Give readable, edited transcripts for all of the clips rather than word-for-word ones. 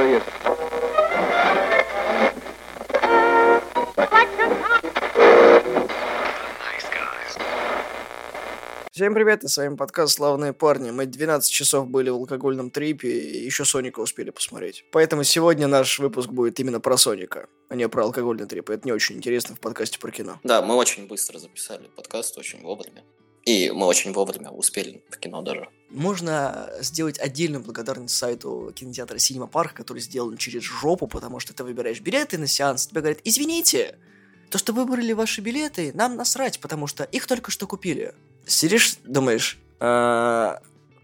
есть. Всем привет, и с вами подкаст «Славные парни». Мы 12 часов были в алкогольном трипе и еще Соника успели посмотреть. Поэтому сегодня наш выпуск будет именно про Соника, а не про алкогольный трип. Это не очень интересно в подкасте про кино. Да, мы очень быстро записали подкаст, очень вовремя. И мы очень вовремя успели в кино даже. Можно сделать отдельную благодарность сайту кинотеатра Cinema Park, который сделан через жопу, потому что ты выбираешь билеты на сеанс, тебе говорят: извините, то, что выбрали ваши билеты, нам насрать, потому что их только что купили. Сидишь, думаешь, как?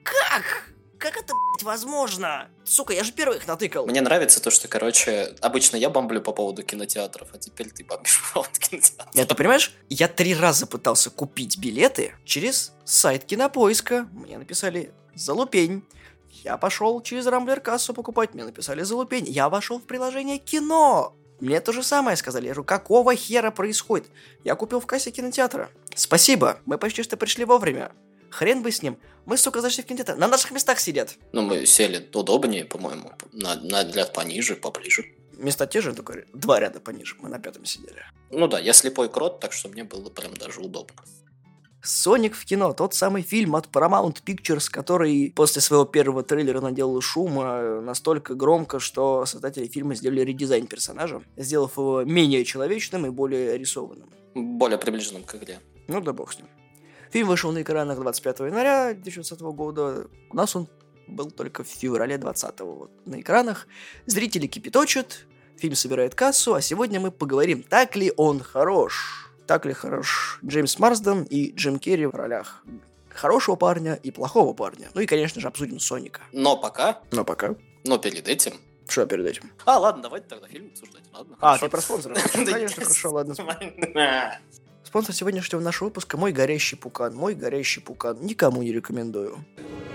Как это, блядь, возможно? Сука, я же первый их натыкал. Мне нравится то, что, обычно я бомблю по поводу кинотеатров, а теперь ты бомбишь по поводу кинотеатров. Нет, ты понимаешь, я 3 раза пытался купить билеты через сайт Кинопоиска. Мне написали «Залупень». Я пошел через Рамблер-кассу покупать, мне написали «Залупень». Я вошел в приложение «Кино». Мне то же самое сказали. Я говорю, какого хера происходит? Я купил в кассе кинотеатра. Спасибо, мы почти что пришли вовремя. Хрен бы с ним. Мы, сука, зашли в кинотеатр. На наших местах сидят. Ну, мы сели удобнее, по-моему. На ряд пониже, поближе. Места те же, только 2 ряда пониже. Мы на 5-м сидели. Ну да, я слепой крот, так что мне было прям даже удобно. «Соник в кино» — тот самый фильм от Paramount Pictures, который после своего первого трейлера наделал шума настолько громко, что создатели фильма сделали редизайн персонажа, сделав его менее человечным и более рисованным. Более приближенным к игре. Ну да бог с ним. Фильм вышел на экранах 25 января 2020 года. У нас он был только в феврале 2020 вот, на экранах. Зрители кипяточат, фильм собирает кассу, а сегодня мы поговорим, так ли он хорош. Так ли хорош Джеймс Марсден и Джим Керри в ролях хорошего парня и плохого парня. Ну и, конечно же, обсудим Соника. Но пока... Но перед этим... Что перед этим? Ладно, давайте тогда фильм обсуждать. Ладно, ты про спонсора? Конечно, хорошо, ладно. Спонсор сегодняшнего нашего выпуска — мой горящий пукан. Мой горящий пукан. Никому не рекомендую.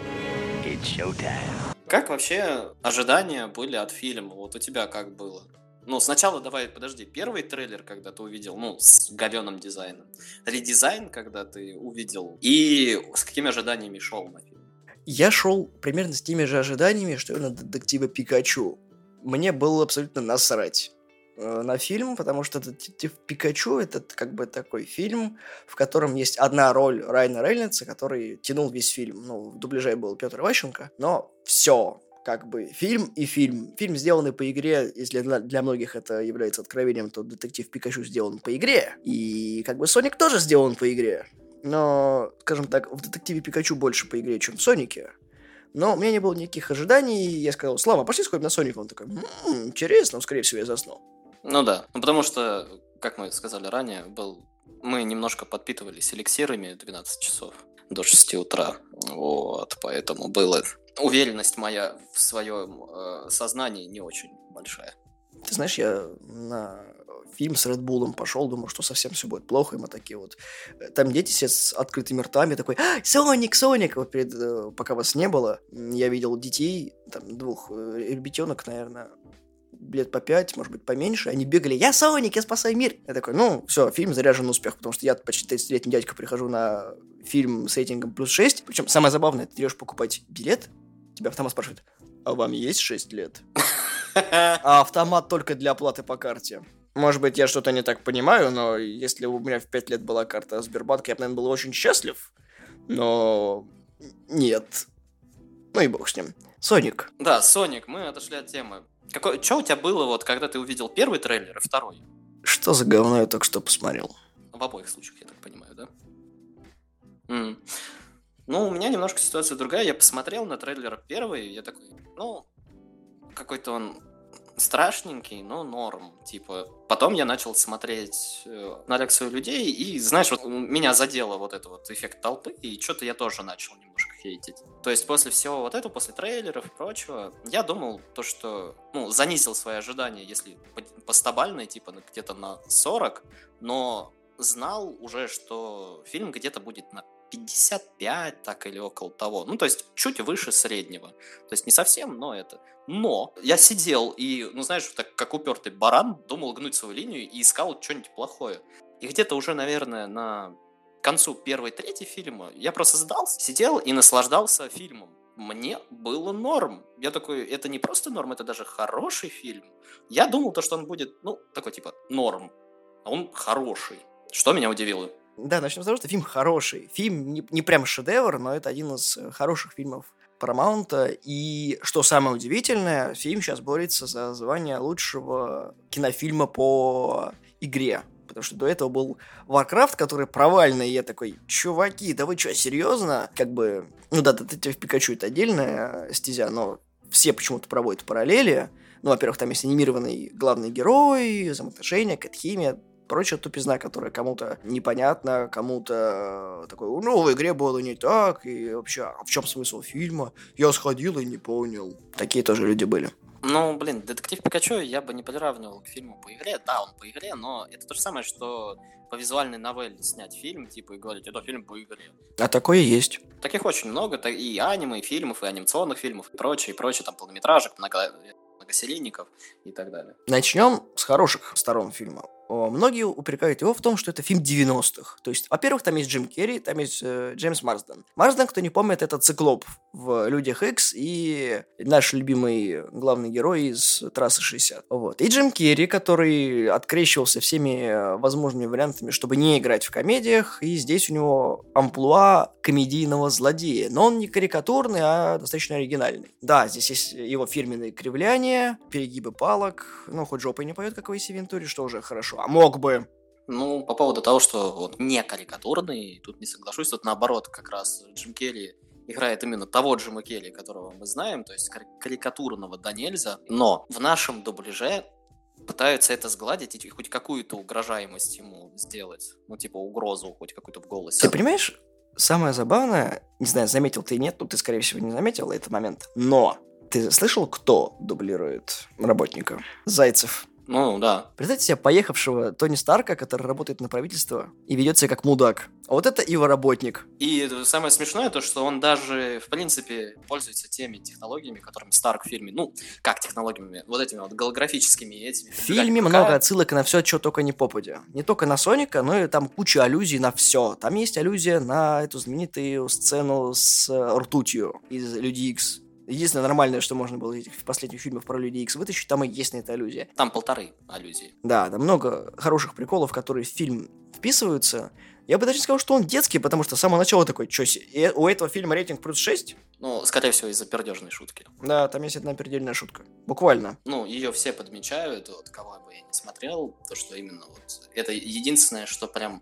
Как вообще ожидания были от фильма? Вот у тебя как было? Ну, сначала подожди, первый трейлер, когда ты увидел, с говёным дизайном. Редизайн, когда ты увидел. И с какими ожиданиями шел на фильм? Я шел примерно с теми же ожиданиями, что и на детектива Пикачу. Мне было абсолютно насрать на фильм, потому что «Детектив Пикачу» — это как бы такой фильм, в котором есть одна роль Райана Рейнольдса, который тянул весь фильм. Ну, в дубляже был Петр Иващенко, но все. Как бы фильм и фильм. Фильм, сделанный по игре, если для многих это является откровением, то «Детектив Пикачу» сделан по игре. И как бы «Соник» тоже сделан по игре. Но, скажем так, в «Детективе Пикачу» больше по игре, чем в «Сонике». Но у меня не было никаких ожиданий. Я сказал: Слава, пошли сходим на «Соника». Он такой: интересно, скорее всего, я заснул. Ну да, потому что, как мы сказали ранее, мы немножко подпитывались эликсирами 12 часов до 6 утра. Вот, поэтому была уверенность моя в своем сознании не очень большая. Ты знаешь, я на фильм с Red Bull'ом пошел, думал, что совсем все будет плохо, и мы такие вот... Там дети сидят с открытыми ртами, такой: Соник, Соник! Вот пока вас не было, я видел детей, там 2 ребятенок, наверное, лет по 5, может быть, поменьше, они бегали: я Соник, я спасаю мир! Я такой: все, фильм заряжен на успех, потому что я почти 30-летний дядька прихожу на фильм с рейтингом +6, причем самое забавное, ты идешь покупать билет, тебя автомат спрашивает: а вам есть 6 лет? А автомат только для оплаты по карте. Может быть, я что-то не так понимаю, но если у меня в 5 лет была карта Сбербанка, я бы, наверное, был очень счастлив. Но нет. Ну и бог с ним. Соник. Да, Соник, мы отошли от темы. Что у тебя было, вот, когда ты увидел первый трейлер и второй? Что за говно я только что посмотрел? В обоих случаях, я так понимаю, да? Ну, у меня немножко ситуация другая. Я посмотрел на трейлер первый, и я такой: какой-то он страшненький, но норм, типа. Потом я начал смотреть на реакцию людей, и, знаешь, вот меня задело вот это вот эффект толпы, и что-то я тоже начал немножко хейтить. То есть после всего вот этого, после трейлеров и прочего, я думал то, что, занизил свои ожидания, если по стабальной, типа, где-то на 40, но знал уже, что фильм где-то будет на 55, так или около того. То есть чуть выше среднего. То есть не совсем, но это. Но я сидел и, знаешь, так как упертый баран, думал гнуть свою линию и искал что-нибудь плохое. И где-то уже, наверное, на к концу первой трети фильма я просто сдался, сидел и наслаждался фильмом. мне было норм. Я такой, это не просто норм, это даже хороший фильм. Я думал, что он будет, такой типа норм, а он хороший. Что меня удивило. Да, начнем с того, что фильм хороший. Фильм не прям шедевр, но это один из хороших фильмов Paramount. И что самое удивительное, фильм сейчас борется за звание лучшего кинофильма по игре. Потому что до этого был Warcraft, который провальный, и я такой, чуваки, да вы что, серьезно? Детектив Пикачу это отдельная стезя, но все почему-то проводят параллели. Во-первых, там есть анимированный главный герой, взаимоотношения, кат-химия, прочая тупизна, которая кому-то непонятна, кому-то такой, в игре было не так, и вообще, а в чем смысл фильма? Я сходил и не понял. Такие тоже люди были. Детектив Пикачу я бы не приравнивал к фильму по игре. Да, он по игре, но это то же самое, что по визуальной новелле снять фильм, и говорить, это фильм по игре. А такое есть. Таких очень много, и аниме, и фильмов, и анимационных фильмов, и прочее, там полнометражек, многосерийников и так далее. Начнем с хороших сторон фильма. Многие упрекают его в том, что это фильм 90-х. То есть, во-первых, там есть Джим Керри, там есть Джеймс Марсден. Марсден, кто не помнит, это Циклоп в «Людях Икс» и наш любимый главный герой из «Трассы 60». Вот. И Джим Керри, который открещивался всеми возможными вариантами, чтобы не играть в комедиях, и здесь у него амплуа комедийного злодея. Но он не карикатурный, а достаточно оригинальный. Да, здесь есть его фирменные кривляния, перегибы палок, хоть жопой не поет, как в Эйсе Вентуре, что уже хорошо. А мог бы. По поводу того, что он не карикатурный, тут не соглашусь, тут наоборот, как раз Джим Керри играет именно того Джима Керри, которого мы знаем, то есть карикатурного да нельзя, но в нашем дубляже пытаются это сгладить и хоть какую-то угрожаемость ему сделать, угрозу хоть какую-то в голосе. Ты понимаешь, самое забавное, не знаю, заметил ты нет, ты, скорее всего, не заметил этот момент, но ты слышал, кто дублирует работника? Зайцев. Да. Представьте себе поехавшего Тони Старка, который работает на правительство и ведет себя как мудак. А вот это его работник. И самое смешное то, что он даже, в принципе, пользуется теми технологиями, которыми Старк в фильме, как технологиями, вот этими вот голографическими этими. В фильме много отсылок на все, что только не попадя. Не только на Соника, но и там куча аллюзий на все. Там есть аллюзия на эту знаменитую сцену с ртутью из Люди Икс. Единственное нормальное, что можно было из этих последних фильмов про Людей Икс вытащить, там и есть на это аллюзия. Там 1,5 аллюзии. Да, там много хороших приколов, которые в фильм вписываются. Я бы даже не сказал, что он детский, потому что с самого начала такой, у этого фильма рейтинг плюс 6? Скорее всего, из-за пердежной шутки. Да, там есть одна пердельная шутка. Буквально. Ее все подмечают, кого бы я не смотрел, то, что именно это единственное, что прям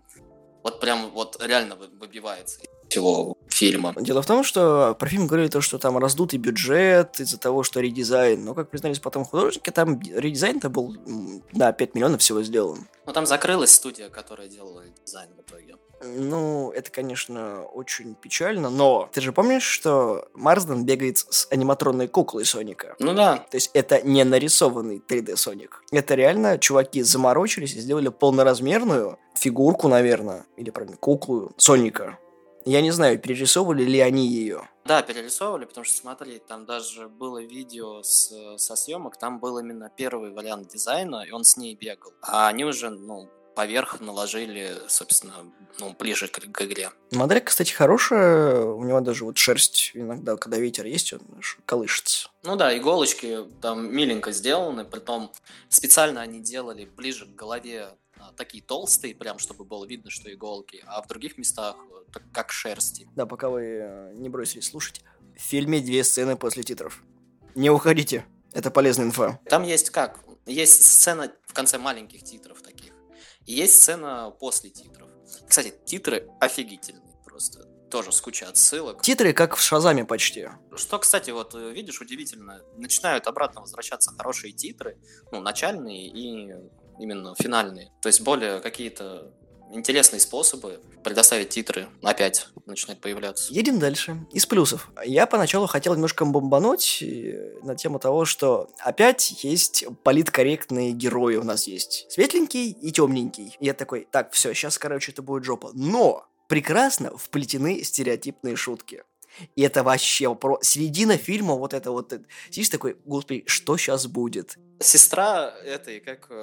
реально выбивается из всего фильма. Дело в том, что про фильм говорили то, что там раздутый бюджет из-за того, что редизайн. Но, как признались потом художники, там редизайн-то был на 5 миллионов всего сделан. Там закрылась студия, которая делала дизайн в итоге. Это, конечно, очень печально, но ты же помнишь, что Марсден бегает с аниматронной куклой Соника? Да. То есть это не нарисованный 3D Соник. Это реально чуваки заморочились и сделали полноразмерную фигурку, наверное, или, правильно, куклу Соника. Я не знаю, перерисовывали ли они ее. Да, перерисовывали, потому что, смотри, там даже было видео со съемок, там был именно первый вариант дизайна, и он с ней бегал. А они уже, поверх наложили, собственно, ближе к игре. Модель, кстати, хорошая, у него даже шерсть иногда, когда ветер есть, он колышется. Иголочки там миленько сделаны, притом специально они делали ближе к голове такие толстые, прям, чтобы было видно, что иголки, а в других местах как шерсти. Да, пока вы не бросились слушать, в фильме 2 сцены после титров. Не уходите, это полезная инфа. Там есть есть сцена в конце маленьких титров таких, и есть сцена после титров. Кстати, титры офигительные просто. Тоже с кучей отсылок. Титры как в Шазаме почти. Что, кстати, видишь, удивительно, начинают обратно возвращаться хорошие титры, начальные и именно финальные. То есть более какие-то интересные способы предоставить титры опять начинают появляться. Едем дальше. Из плюсов. Я поначалу хотел немножко бомбануть на тему того, что опять есть политкорректные герои у нас есть. Светленький и темненький. И я такой, так, все, сейчас, это будет жопа. Но прекрасно вплетены стереотипные шутки. И это вообще середина фильма, сидишь такой, господи, что сейчас будет? Сестра этой,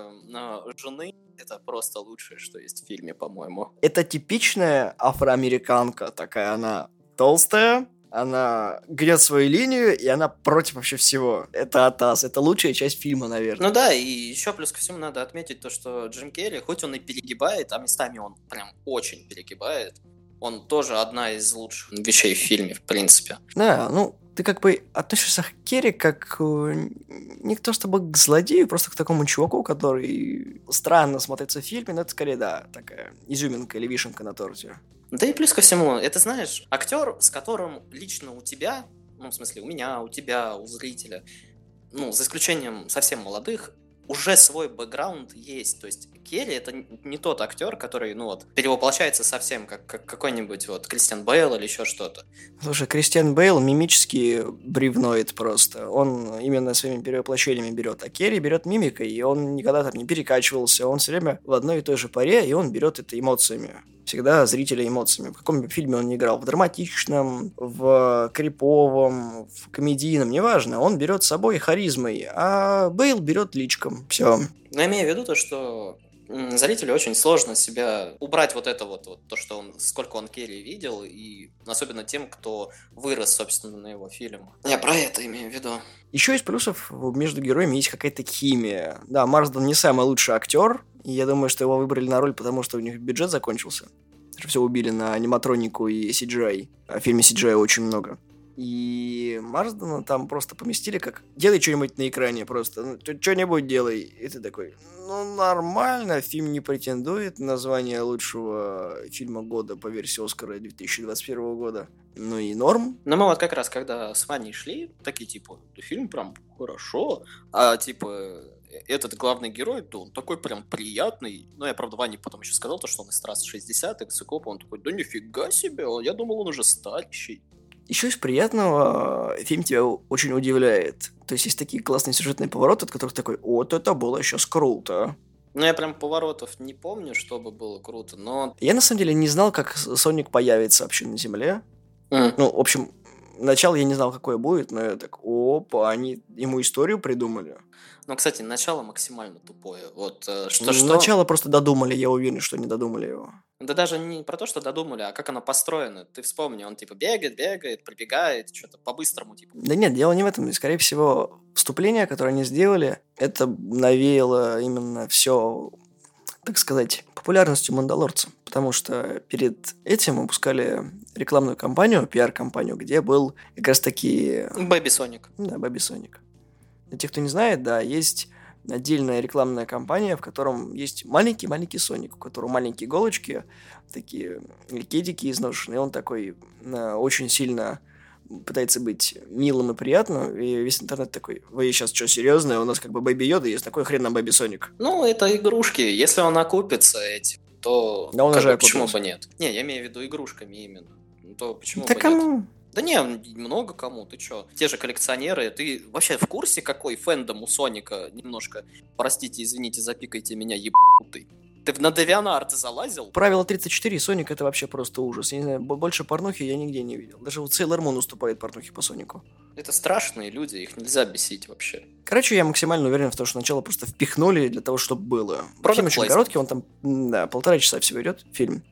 жены, это просто лучшее, что есть в фильме, по-моему. Это типичная афроамериканка, такая она толстая, Она гнет свою линию, и она против вообще всего. Это атас, это лучшая часть фильма, наверное. Ну да, и еще плюс ко всему надо отметить то, что Джим Керри, хоть он и перегибает, а местами он прям очень перегибает, он тоже одна из лучших вещей в фильме, в принципе. Да, ну, ты как бы относишься к Керри как не то чтобы к злодею, просто к такому чуваку, который странно смотрится в фильме, но это скорее, да, такая изюминка или вишенка на торте. Да и плюс ко всему, это, знаешь, актер, с которым лично у тебя, ну, в смысле, у меня, у тебя, у зрителя, ну, за исключением совсем молодых, уже свой бэкграунд есть. То есть Керри это не тот актер, который, ну вот, перевоплощается совсем как какой-нибудь вот Кристиан Бейл или еще что-то. Слушай, Кристиан Бейл мимически бревноид просто. Он именно своими перевоплощениями берет. А Керри берет мимикой, и он никогда там не перекачивался. Он все время в одной и той же паре, и он берет это эмоциями. Всегда зрителя эмоциями. В каком бы фильме он ни играл, в драматичном, в криповом, в комедийном, неважно, он берет с собой харизмой, а Бейл берет личком. Все. Но я имею в виду то, что зрителю очень сложно себя убрать вот это вот то, что он, сколько он Керри видел, и особенно тем, кто вырос, собственно, на его фильмах. Я про это имею в виду. Еще из плюсов между героями есть какая-то химия. Да, Марсден не самый лучший актер, и я думаю, что его выбрали на роль, потому что у них бюджет закончился. Все убили на аниматронику и CGI. А в фильме CGI очень много. И Марсдена там просто поместили как «делай что-нибудь на экране просто, ну, что-нибудь делай». И ты такой, ну, нормально, фильм не претендует на звание лучшего фильма года по версии Оскара 2021 года. Ну и норм. Но мы вот как раз, когда с Ваней шли, такие типа, фильм прям хорошо, а типа этот главный герой, то он такой прям приятный. Ну, я, правда, Ване потом еще сказал, то, что он из трассы 60, и Цикопа, он такой, да нифига себе, я думал, он уже старящий. Еще из приятного, фильм тебя очень удивляет. То есть такие классные сюжетные повороты, от которых такой, вот это было сейчас круто. Ну, я прям поворотов не помню, чтобы было круто, но... Я, на самом деле, не знал, как Соник появится вообще на Земле. Ну, в общем, начало я не знал, какое будет, но я так, опа, они ему историю придумали. Ну, кстати, начало максимально тупое. Вот Начало просто додумали, я уверен, что не додумали его. Да даже не про то, что додумали, а как оно построено. Ты вспомни, он типа бегает, пробегает, что-то по-быстрому типа. Да нет, дело не в этом. Скорее всего, вступление, которое они сделали, это навеяло именно все, так сказать, популярностью «Мандалорца». Потому что перед этим выпускали рекламную кампанию, пиар-кампанию, где был как раз-таки... Бэби Соник. Да, Бэби Соник. Для тех, кто не знает, да, есть отдельная рекламная кампания, в котором есть маленький-маленький Соник, у которого маленькие иголочки, такие кедики изношенные, и он такой очень сильно пытается быть милым и приятным, и весь интернет такой, вы сейчас что, серьезно? У нас как бы Бэби Йода есть, такой хрен нам Бэби Соник. Ну, это игрушки, если он окупится этим, то да он уже почему бы нет? Не, я имею в виду игрушками именно. То почему да бы кому? нет? Да не, много кому, ты чё? Те же коллекционеры, ты вообще в курсе, какой фэндом у Соника? Немножко, простите, извините, запикайте меня, ебанутый. Ты на DeviantArt залазил? Правило 34, Соник это вообще просто ужас. Я не знаю, больше порнухи я нигде не видел. Даже вот Sailor Moon уступает порнухи по Сонику. Это страшные люди, их нельзя бесить вообще. Короче, я максимально уверен в том, что начало просто впихнули для того, чтобы было. Фильм очень короткий, он там, да, 1,5 часа всего идет, фильм.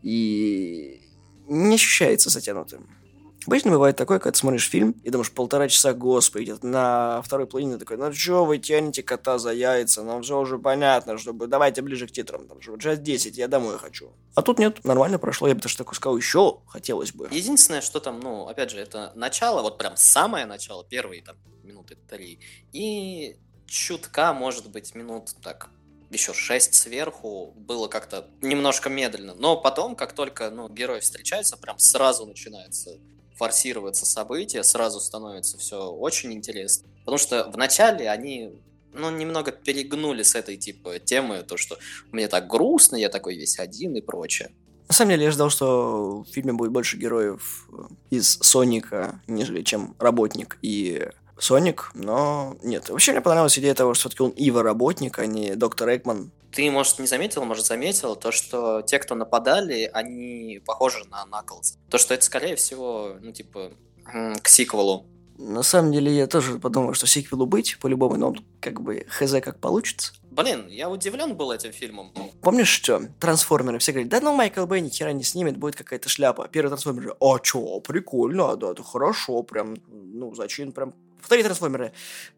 И не ощущается затянутым. Обычно бывает такое, когда ты смотришь фильм и думаешь, 1,5 часа, господи, где-то на второй половине такой, ну что вы тянете кота за яйца, ну все уже понятно, чтобы давайте ближе к титрам, там же час 10, я домой хочу. А тут нет, нормально прошло, я бы даже такой сказал, еще хотелось бы. Единственное, что там, ну, опять же, это начало, вот прям самое начало, первые там минуты 3, и чутка, может быть, минут так еще 6 сверху было как-то немножко медленно, но потом, как только, ну, герои встречаются, прям сразу начинается форсироваться события, сразу становится все очень интересно. Потому что вначале они, ну, немного перегнули с этой, типа, темы, то, что мне так грустно, я такой весь один и прочее. На самом деле, я ждал, что в фильме будет больше героев из Соника, нежели чем работник и Соник, но нет. Вообще, мне понравилась идея того, что все-таки он Ива-работник, а не доктор Экман. Ты, может, не заметил, может, заметил, то, что те, кто нападали, они похожи на Наклза. То, что это, скорее всего, ну, типа, к сиквелу. На самом деле, я тоже подумал, что сиквелу быть, по-любому, но он как бы хз как получится. Блин, я удивлен был этим фильмом. Помнишь, что трансформеры все говорят, да ну Майкл Бэй ни хера не снимет, будет какая-то шляпа. Первый трансформер, а чё, прикольно, да, это хорошо, прям, ну, зачем, прям. Вторые трансформеры,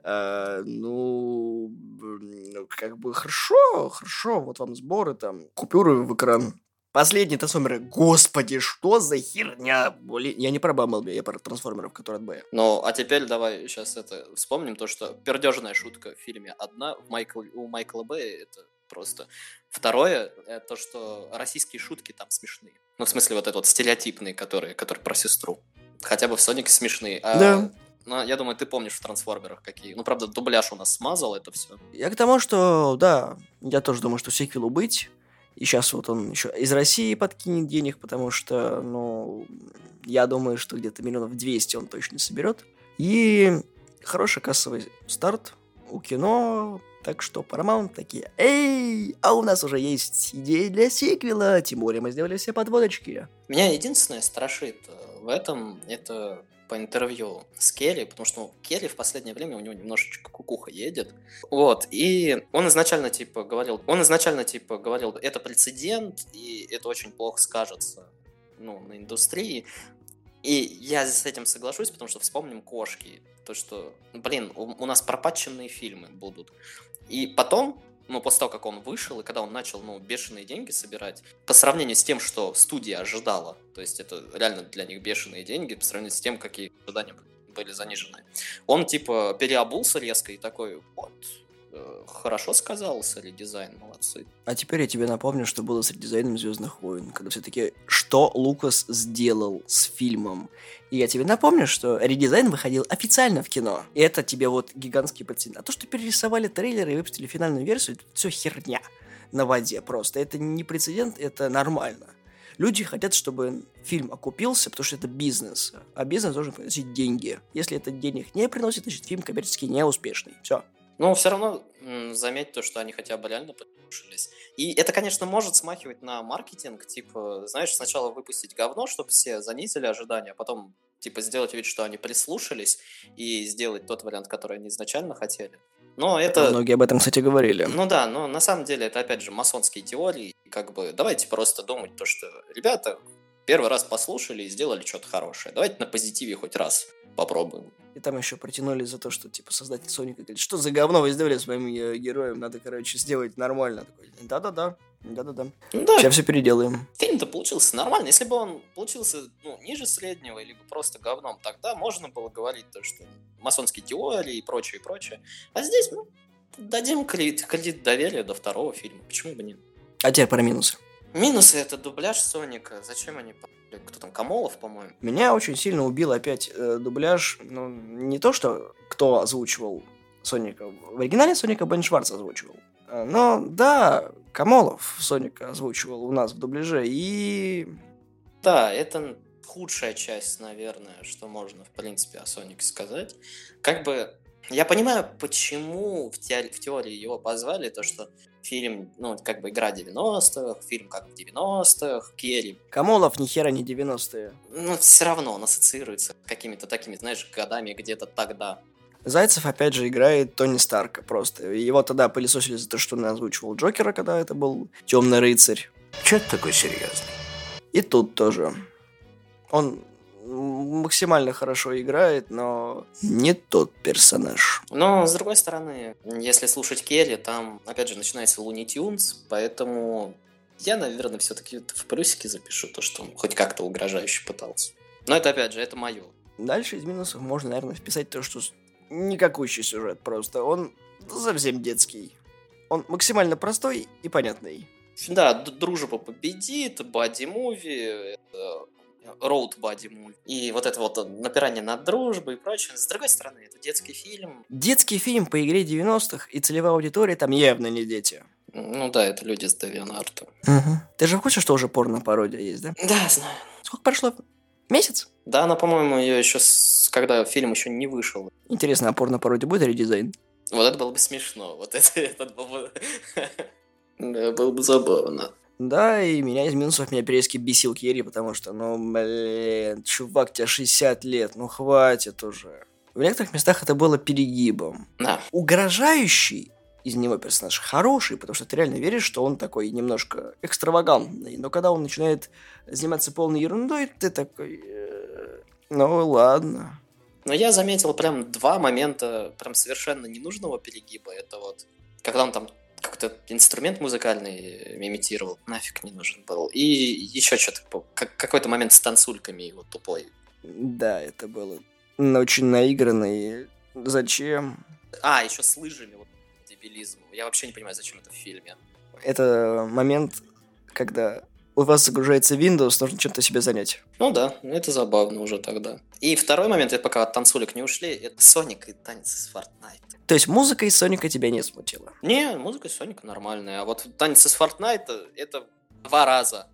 как бы хорошо, вот вам сборы, там, купюры в экран. Последний трансформеры, господи, что за херня? Я не про Бамблби, я про трансформеров, которые от Бэя. Ну, а теперь давай сейчас это вспомним, то, что пердежная шутка в фильме одна, у Майкла Бэя это просто. Второе, это то, что российские шутки там смешные. Ну, в смысле, вот это вот стереотипные, которые про сестру. Хотя бы в Сонике смешные. Да. Ну, я думаю, ты помнишь в «Трансформерах» какие. Ну, правда, дубляж у нас смазал это все. Я к тому, что, да, я тоже думаю, что сиквелу быть. И сейчас вот он еще из России подкинет денег, потому что, ну, я думаю, что где-то 200 он точно соберет. И хороший кассовый старт у кино. Так что Paramount такие, эй, а у нас уже есть идеи для сиквела, тем более мы сделали все подводочки. Меня единственное страшит в этом, это по интервью с Келли, потому что Келли в последнее время у него немножечко кукуха едет. Вот, и он изначально типа говорил, это прецедент, и это очень плохо скажется, ну, на индустрии. И я с этим соглашусь, потому что вспомним «Кошки». То, что, блин, у нас пропатченные фильмы будут. И потом, ну, после того, как он вышел, и когда он начал, ну, бешеные деньги собирать, по сравнению с тем, что студия ожидала, то есть это реально для них бешеные деньги, по сравнению с тем, какие ожидания были занижены, он, типа, переобулся резко и такой, вот, хорошо сказался редизайн, молодцы. А теперь я тебе напомню, что было с редизайном «Звездных войн», когда все-таки что Лукас сделал с фильмом. И я тебе напомню, что редизайн выходил официально в кино. И это тебе вот гигантский прецедент. А то, что перерисовали трейлеры и выпустили финальную версию, это все херня на воде просто. Это не прецедент, это нормально. Люди хотят, чтобы фильм окупился, потому что это бизнес. А бизнес должен приносить деньги. Если это денег не приносит, значит фильм коммерчески неуспешный. Все. Но все равно заметь то, что они хотя бы реально послушались. И это, конечно, может смахивать на маркетинг, типа, знаешь, сначала выпустить говно, чтобы все занизили ожидания, а потом, типа, сделать вид, что они прислушались, и сделать тот вариант, который они изначально хотели. Но это... Многие об этом, кстати, говорили. Ну да, но на самом деле это, опять же, масонские теории. Как бы давайте просто думать то, что ребята первый раз послушали и сделали что-то хорошее. Давайте на позитиве хоть раз попробуем. И там еще протянули за то, что, типа, создатель Соника говорит, что за говно вы сделали с моим героем, надо, короче, сделать нормально. Такой, да-да-да. Да. Сейчас все переделаем. Фильм-то получился нормально. Если бы он получился, ну, ниже среднего, либо просто говном, тогда можно было говорить то, что масонские теории и прочее, прочее. А здесь, ну, дадим кредит доверия до второго фильма. Почему бы нет? А теперь про минусы. Минусы — это дубляж Соника. Зачем они... Кто там, Камолов, по-моему? Меня очень сильно убил опять дубляж. Ну, не то, что кто озвучивал Соника. В оригинале Соника Бен Шварц озвучивал. Но, да, Камолов Соника озвучивал у нас в дубляже. И... Да, это худшая часть, наверное, что можно, в принципе, о Сонике сказать. Как бы... Я понимаю, почему в теории его позвали, то, что фильм, ну, как бы игра 90-х, фильм как в 90-х, Керри. Камолов ни хера не 90-е. Ну, все равно он ассоциируется с какими-то такими, знаешь, годами где-то тогда. Зайцев, опять же, играет Тони Старка просто. Его тогда пылесосили за то, что он озвучивал Джокера, когда это был Темный рыцарь. Чё ты такой серьезный? И тут тоже. Он максимально хорошо играет, но не тот персонаж. Но, с другой стороны, если слушать Керри, там, опять же, начинается Луни Тюнс, поэтому я, наверное, все-таки в плюсики запишу то, что он хоть как-то угрожающе пытался. Но это, опять же, это мое. Дальше из минусов можно, наверное, вписать то, что никакущий сюжет просто. Он совсем детский. Он максимально простой и понятный. Да, дружба победит, бади-муви, роуд-бади-муви. И вот это вот напирание на дружбу и прочее. С другой стороны, это детский фильм. Детский фильм по игре 90-х, и целевая аудитория там явно не дети. Ну да, это люди с DeviantArt. Угу. Ты же в курсе, что уже порно-пародия есть, да? Да, знаю. Сколько прошло? Месяц? Да, она, по-моему, ее еще когда фильм еще не вышел. Интересно, а порно-пародия будет редизайн? Вот это было бы смешно. Вот это было бы... Да, было бы забавно. Да, и меня из минусов меня периодически бесил Керри, потому что, ну, блин, чувак, тебе 60 лет, ну хватит уже. В некоторых местах это было перегибом. Да. Угрожающий из него персонаж хороший, потому что ты реально веришь, что он такой немножко экстравагантный. Но когда он начинает заниматься полной ерундой, ты такой... Ну, ладно. Но я заметил прям 2 момента прям совершенно ненужного перегиба. Это вот, когда он там как-то инструмент музыкальный имитировал, нафиг не нужен был. И еще что-то, какой-то момент с танцульками его тупой. Да, это было очень наигранно. И зачем? Еще с лыжами, вот дебилизм. Я вообще не понимаю, зачем это в фильме. Это момент, когда у вас загружается Windows, нужно чем-то себе занять. Ну да, это забавно уже тогда. И второй момент, это пока от танцулек не ушли, это Соник и танец из Fortnite. То есть музыка из Соника тебя не смутила? Не, музыка из Соника нормальная, а вот танец из Fortnite это 2 раза.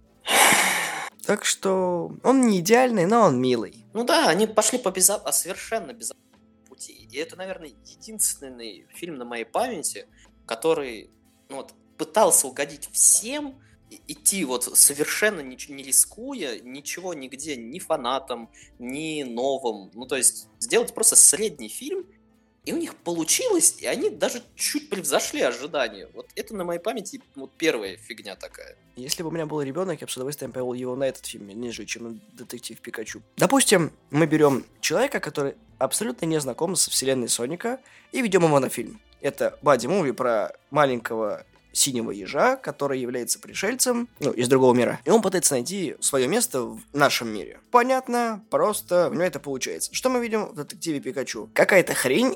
Так что он не идеальный, но он милый. Ну да, они пошли по совершенно безопасному пути. И это, наверное, единственный фильм на моей памяти, который пытался угодить всем, идти вот совершенно не рискуя, ничего нигде, ни фанатам, ни новым. Ну, то есть сделать просто средний фильм, и у них получилось, и они даже чуть превзошли ожидания. Вот это на моей памяти первая фигня такая. Если бы у меня был ребенок, я бы с удовольствием повел его на этот фильм, нежели чем на «Детектив Пикачу». Допустим, мы берем человека, который абсолютно не знаком с вселенной Соника, и ведем его на фильм. Это бадди-муви про маленького синего ежа, который является пришельцем, из другого мира. И он пытается найти свое место в нашем мире. Понятно, просто у него это получается. Что мы видим в «Детективе Пикачу»? Какая-то хрень,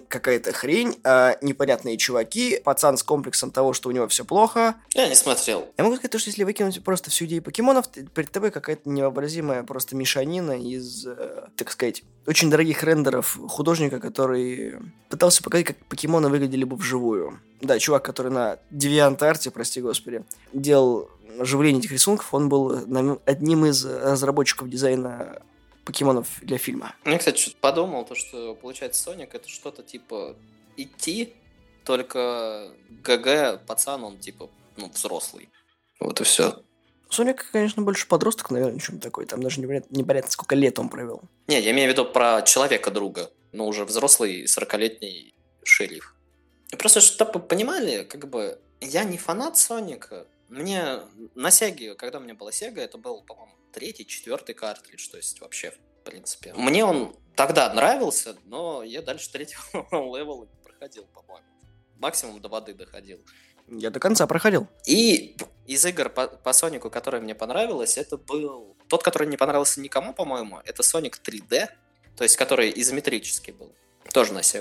непонятные чуваки, пацан с комплексом того, что у него все плохо. Я не смотрел. Я могу сказать, что если выкинуть просто всю идею покемонов, перед тобой какая-то невообразимая просто мешанина из, так сказать, очень дорогих рендеров художника, который пытался показать, как покемоны выглядели бы вживую. Да, чувак, который на DeviantArt, прости господи, делал оживление этих рисунков, он был одним из разработчиков дизайна покемонов для фильма. Я, кстати, что-то подумал, что получается Соник это что-то типа идти, только ГГ пацан, он типа, взрослый. Вот и все. Соник, конечно, больше подросток, наверное, чем такой. Там даже непонятно, сколько лет он провел. Не, я имею в виду про человека-друга. Уже взрослый 40-летний шериф. Просто, чтобы вы понимали, я не фанат Соника. Мне на Сеге, когда у меня была Сега, это был, по-моему, 3-й, 4-й картридж, то есть вообще, в принципе. Мне он тогда нравился, но я дальше 3-го левела не проходил, по-моему. Максимум до воды доходил. Я до конца проходил. И из игр по Сонику, который мне понравилось, это был... Тот, который не понравился никому, по-моему, это Sonic 3D, то есть который изометрический был. Тоже на Sega.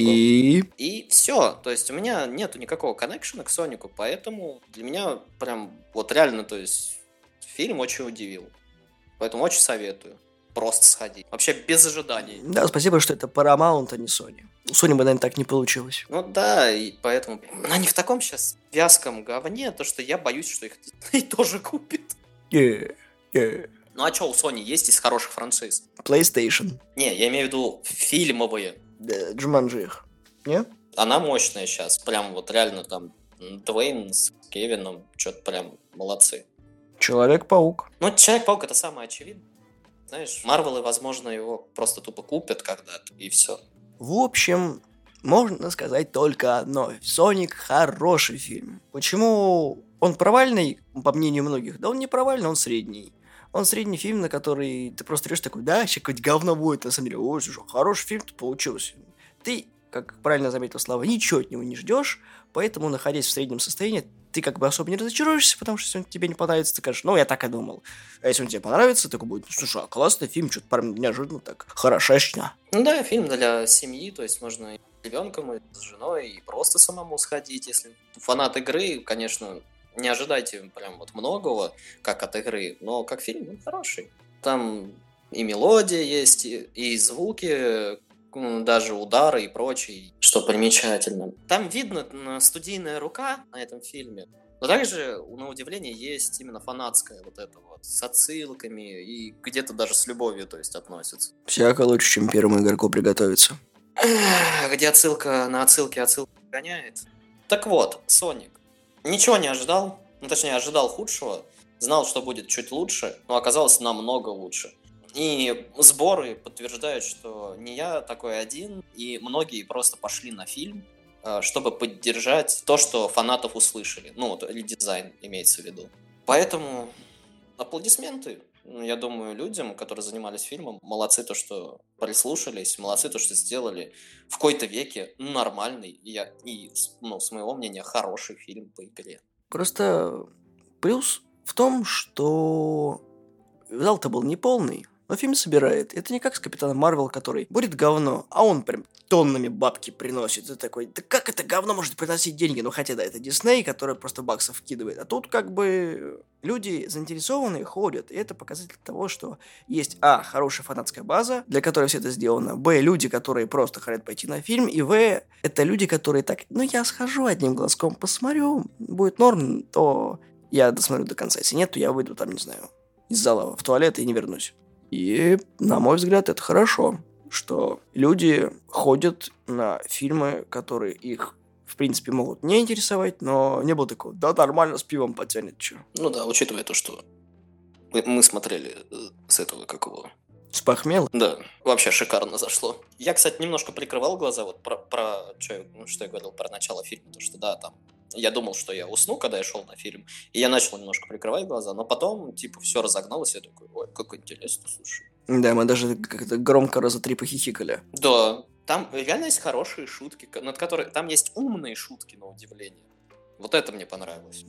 И все. То есть у меня нету никакого коннекшена к Сонику, поэтому для меня прям реально, то есть фильм очень удивил. Поэтому очень советую. Просто сходи. Вообще без ожиданий. Да, спасибо, что это Paramount, а не Sony. У Sony бы, наверное, так не получилось. Да, и поэтому... Они в таком сейчас вязком говне, то что я боюсь, что их и тоже купят. Ну а что у Sony есть из хороших франшиз? PlayStation. Не, я имею в виду фильмовые. Да, Джуманджи их. Не? Она мощная сейчас. Прям реально там Дуэйн с Кевином что-то прям молодцы. Человек-паук. Человек-паук это самое очевидное. Знаешь, Марвелы, возможно, его просто тупо купят когда-то, и все. В общем, можно сказать только одно. «Соник» — хороший фильм. Почему он провальный, по мнению многих? Да он не провальный, он средний. Он средний фильм, на который ты просто идешь такой, да, сейчас какое-то говно будет, на самом деле, ой, слушай, хороший фильм-то получился. Ты, как правильно заметил Слава, ничего от него не ждешь, поэтому, находясь в среднем состоянии, ты особо не разочаруешься, потому что если он тебе не понравится, ты скажешь, я так и думал. А если он тебе понравится, такой будет, слушай, классный фильм, что-то прям неожиданно так, хорошечно. Да, фильм для семьи, то есть можно и с ребенком, и с женой, и просто самому сходить, если фанат игры, конечно... Не ожидайте прям многого, как от игры, но как фильм он хороший. Там и мелодия есть, и звуки, даже удары и прочее, что примечательно. Там видно студийная рука на этом фильме, но также, на удивление, есть именно фанатская с отсылками и где-то даже с любовью, то есть, относится. Всяко лучше, чем первому игроку приготовиться. Где отсылка на отсылки гоняет. Так вот, Соник. Ничего не ожидал, точнее, ожидал худшего, знал, что будет чуть лучше, но оказалось намного лучше. И сборы подтверждают, что не я такой один, и многие просто пошли на фильм, чтобы поддержать то, что фанатов услышали. Ну, вот, или дизайн имеется в виду. Поэтому аплодисменты, я думаю, людям, которые занимались фильмом. Молодцы то, что прислушались, молодцы то, что сделали в какой-то веке нормальный с моего мнения, хороший фильм по игре. Просто плюс в том, что зал-то был неполный, но фильм собирает. Это не как с Капитаном Марвел, который будет говно, а он прям тоннами бабки приносит. Ты такой, да как это говно может приносить деньги? Ну хотя да, это Дисней, который просто баксов вкидывает. А тут как бы люди заинтересованные ходят. И это показатель того, что есть хорошая фанатская база, для которой все это сделано. Люди, которые просто хотят пойти на фильм. И это люди, которые так, я схожу одним глазком, посмотрю, будет норм, то я досмотрю до конца. Если нет, то я выйду там, не знаю, из зала в туалет и не вернусь. И, на мой взгляд, это хорошо, что люди ходят на фильмы, которые их, в принципе, могут не интересовать, но не было такого, да нормально, с пивом потянет, чё. Ну да, учитывая то, что мы смотрели с этого какого... С похмела? Да, вообще шикарно зашло. Я, кстати, немножко прикрывал глаза вот что я говорил про начало фильма, то что да, там я думал, что я усну, когда я шел на фильм, и я начал немножко прикрывать глаза, но потом, все разогналось, и я такой, ой, как интересно, слушай. Да, мы даже как-то громко раза 3 похихикали. Да, там реально есть хорошие шутки, над которыми... Там есть умные шутки, на удивление. Вот это мне понравилось.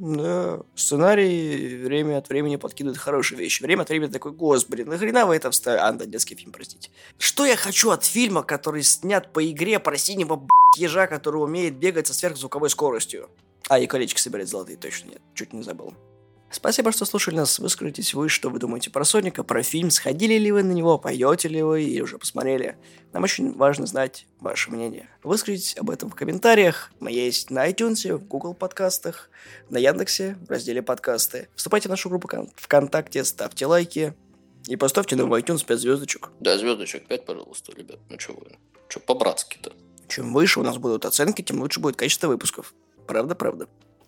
Да. Сценарий время от времени подкидывает хорошие вещи. Время от времени такой, господи, нахрена вы это вставили? Да, детский фильм, простите. Что я хочу от фильма, который снят по игре про синего ежа, который умеет бегать со сверхзвуковой скоростью? И колечки собирать золотые, точно нет, чуть не забыл. Спасибо, что слушали нас. Выскажитесь вы, что вы думаете про Соника, про фильм, сходили ли вы на него, пойдете ли вы или уже посмотрели. Нам очень важно знать ваше мнение. Выскажитесь об этом в комментариях. Мы есть на iTunes, в Google подкастах, на Яндексе, в разделе подкасты. Вступайте в нашу группу ВКонтакте, ставьте лайки и поставьте нам в iTunes 5 звездочек. Да, звездочек 5, пожалуйста, ребят. Ну что вы, по-братски-то. Чем выше у нас будут оценки, тем лучше будет качество выпусков. Правда.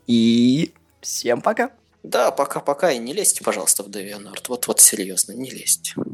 И всем пока. Да, пока-пока, и не лезьте, пожалуйста, в DeviantArt. Вот серьезно, не лезьте.